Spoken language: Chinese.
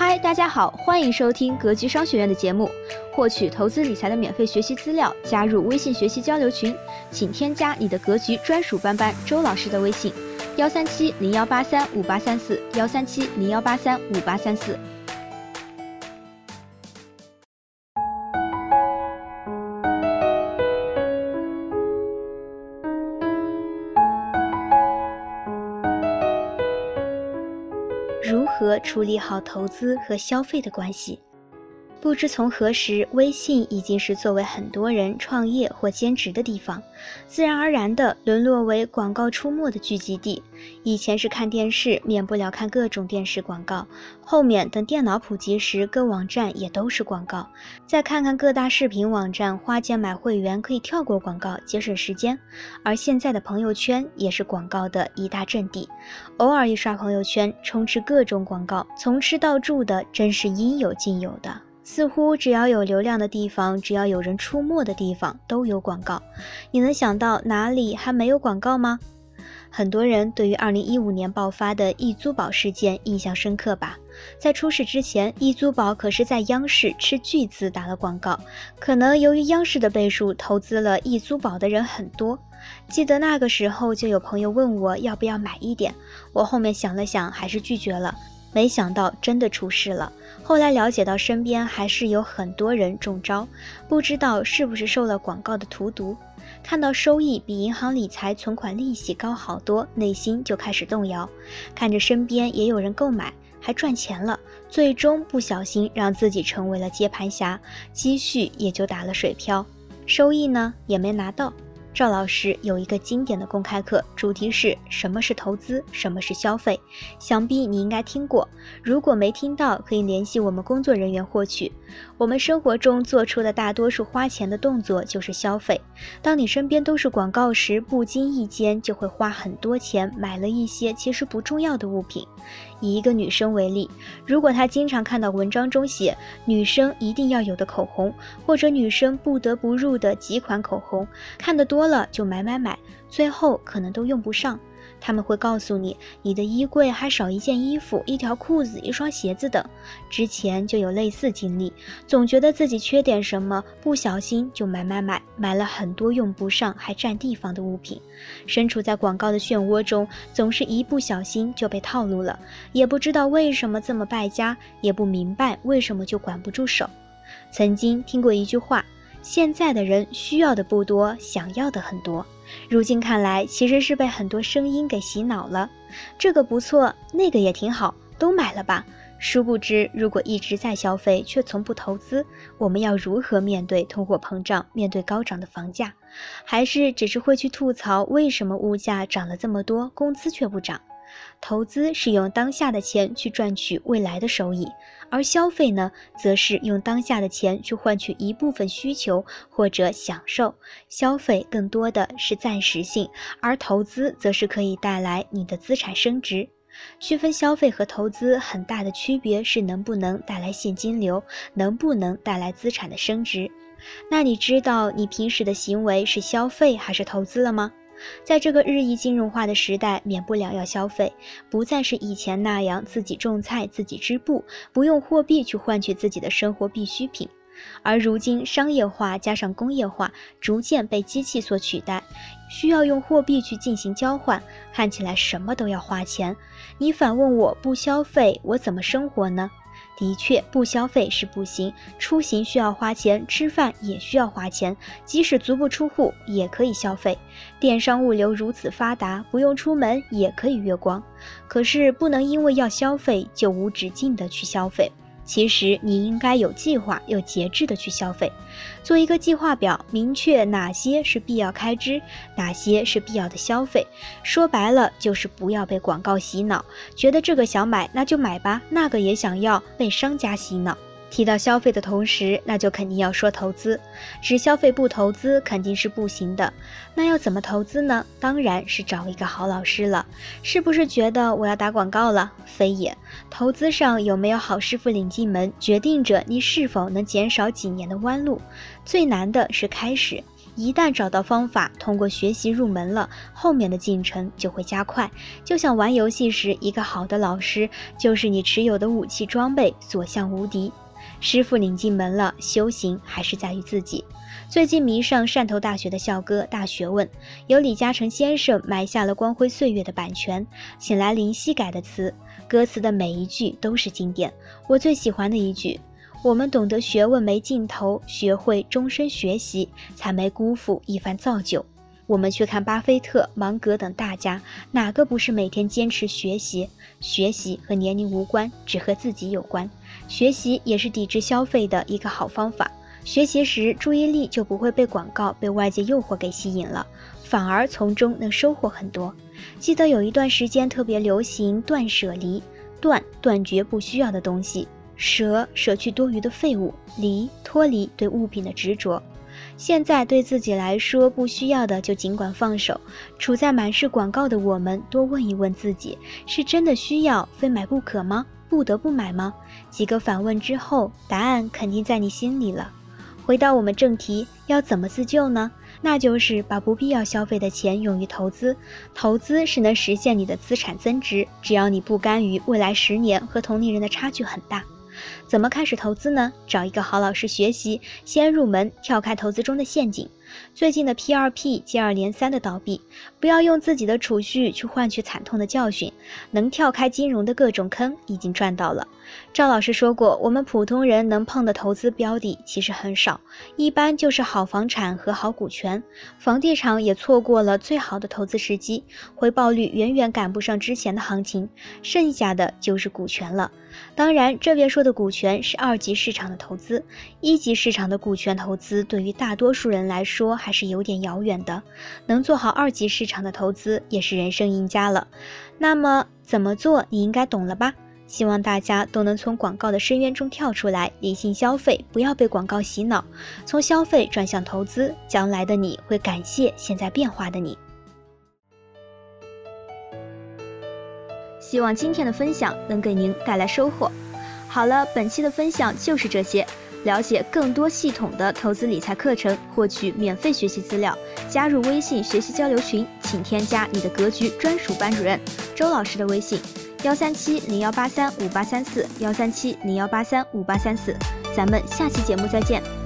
嗨，大家好，欢迎收听格局商学院的节目，获取投资理财的免费学习资料，加入微信学习交流群，请添加你的格局专属班周老师的微信137-0183-5834，137-0183-5834。如何处理好投资和消费的关系？不知从何时，微信已经是作为很多人创业或兼职的地方，自然而然地沦落为广告出没的聚集地。以前是看电视，免不了看各种电视广告，后面等电脑普及时，各网站也都是广告。再看看各大视频网站，花钱买会员可以跳过广告，节省时间。而现在的朋友圈也是广告的一大阵地，偶尔一刷朋友圈，充斥各种广告，从吃到住的真是应有尽有的。似乎只要有流量的地方，只要有人出没的地方，都有广告。你能想到哪里还没有广告吗？很多人对于2015年爆发的易租宝事件印象深刻吧？在出事之前，易租宝可是在央视斥巨资打了广告，可能由于央视的倍数，投资了易租宝的人很多。记得那个时候就有朋友问我要不要买一点，我后面想了想还是拒绝了。没想到真的出事了，后来了解到身边还是有很多人中招，不知道是不是受了广告的荼毒。看到收益比银行理财存款利息高好多，内心就开始动摇。看着身边也有人购买，还赚钱了，最终不小心让自己成为了接盘侠，积蓄也就打了水漂，收益呢也没拿到。赵老师有一个经典的公开课，主题是什么是投资，什么是消费，想必你应该听过，如果没听到，可以联系我们工作人员获取。我们生活中做出的大多数花钱的动作就是消费，当你身边都是广告时，不经意间就会花很多钱买了一些其实不重要的物品。以一个女生为例，如果她经常看到文章中写女生一定要有的口红，或者女生不得不入的几款口红，看得多了就买，最后可能都用不上。他们会告诉你，你的衣柜还少一件衣服、一条裤子、一双鞋子等。之前就有类似经历，总觉得自己缺点什么，不小心就买了很多用不上还占地方的物品。身处在广告的漩涡中，总是一不小心就被套路了，也不知道为什么这么败家，也不明白为什么就管不住手。曾经听过一句话，现在的人需要的不多，想要的很多。如今看来，其实是被很多声音给洗脑了，这个不错，那个也挺好，都买了吧。殊不知，如果一直在消费却从不投资，我们要如何面对通货膨胀，面对高涨的房价？还是只是会去吐槽为什么物价涨了这么多，工资却不涨？投资是用当下的钱去赚取未来的收益，而消费呢，则是用当下的钱去换取一部分需求或者享受。消费更多的是暂时性，而投资则是可以带来你的资产升值。区分消费和投资很大的区别是能不能带来现金流，能不能带来资产的升值。那你知道你平时的行为是消费还是投资了吗？在这个日益金融化的时代，免不了要消费，不再是以前那样自己种菜自己织布，不用货币去换取自己的生活必需品。而如今商业化加上工业化，逐渐被机器所取代，需要用货币去进行交换，看起来什么都要花钱。你反问我不消费，我怎么生活呢？的确，不消费是不行，出行需要花钱，吃饭也需要花钱，即使足不出户也可以消费。电商物流如此发达，不用出门也可以月光。可是不能因为要消费就无止境的去消费。其实你应该有计划、有节制的去消费，做一个计划表，明确哪些是必要开支，哪些是必要的消费。说白了，就是不要被广告洗脑，觉得这个想买那就买吧，那个也想要，被商家洗脑。提到消费的同时，那就肯定要说投资，只消费不投资肯定是不行的。那要怎么投资呢？当然是找一个好老师了。是不是觉得我要打广告了？非也，投资上有没有好师傅领进门，决定着你是否能减少几年的弯路。最难的是开始， 一旦找到方法，通过学习入门了，后面的进程就会加快。就像玩游戏时，一个好的老师就是你持有的武器装备所向无敌。师傅领进门了，修行还是在于自己。最近迷上汕头大学的校歌《大学问》，由李嘉诚先生埋下了光辉岁月的版权，请来林夕改的词，歌词的每一句都是经典。我最喜欢的一句：我们懂得学问没尽头，学会终身学习，才没辜负一番造就。我们去看巴菲特、芒格等大家，哪个不是每天坚持学习？学习和年龄无关，只和自己有关。学习也是抵制消费的一个好方法。学习时注意力就不会被广告、被外界诱惑给吸引了，反而从中能收获很多。记得有一段时间特别流行断舍离，断绝不需要的东西，舍去多余的废物，脱离对物品的执着。现在对自己来说不需要的就尽管放手。处在满是广告的我们，多问一问自己，是真的需要非买不可吗？不得不买吗？几个反问之后，答案肯定在你心里了。回到我们正题，要怎么自救呢？那就是把不必要消费的钱用于投资。投资是能实现你的资产增值，只要你不甘于未来10年和同龄人的差距很大。怎么开始投资呢？找一个好老师学习，先入门，跳开投资中的陷阱。最近的 P2P 接二连三的倒闭，不要用自己的储蓄去换取惨痛的教训，能跳开金融的各种坑已经赚到了。赵老师说过，我们普通人能碰的投资标的其实很少，一般就是好房产和好股权，房地产也错过了最好的投资时机，回报率远远赶不上之前的行情，剩下的就是股权了。当然，这边说的股权是2级市场的投资，1级市场的股权投资对于大多数人来说还是有点遥远的，能做好2级市场的投资也是人生赢家了。那么怎么做你应该懂了吧？希望大家都能从广告的深渊中跳出来，理性消费，不要被广告洗脑，从消费转向投资，将来的你会感谢现在变化的你。希望今天的分享能给您带来收获。好了，本期的分享就是这些。了解更多系统的投资理财课程，获取免费学习资料，加入微信学习交流群，请添加你的格局专属班主任周老师的微信：13701835834，13701835834。咱们下期节目再见。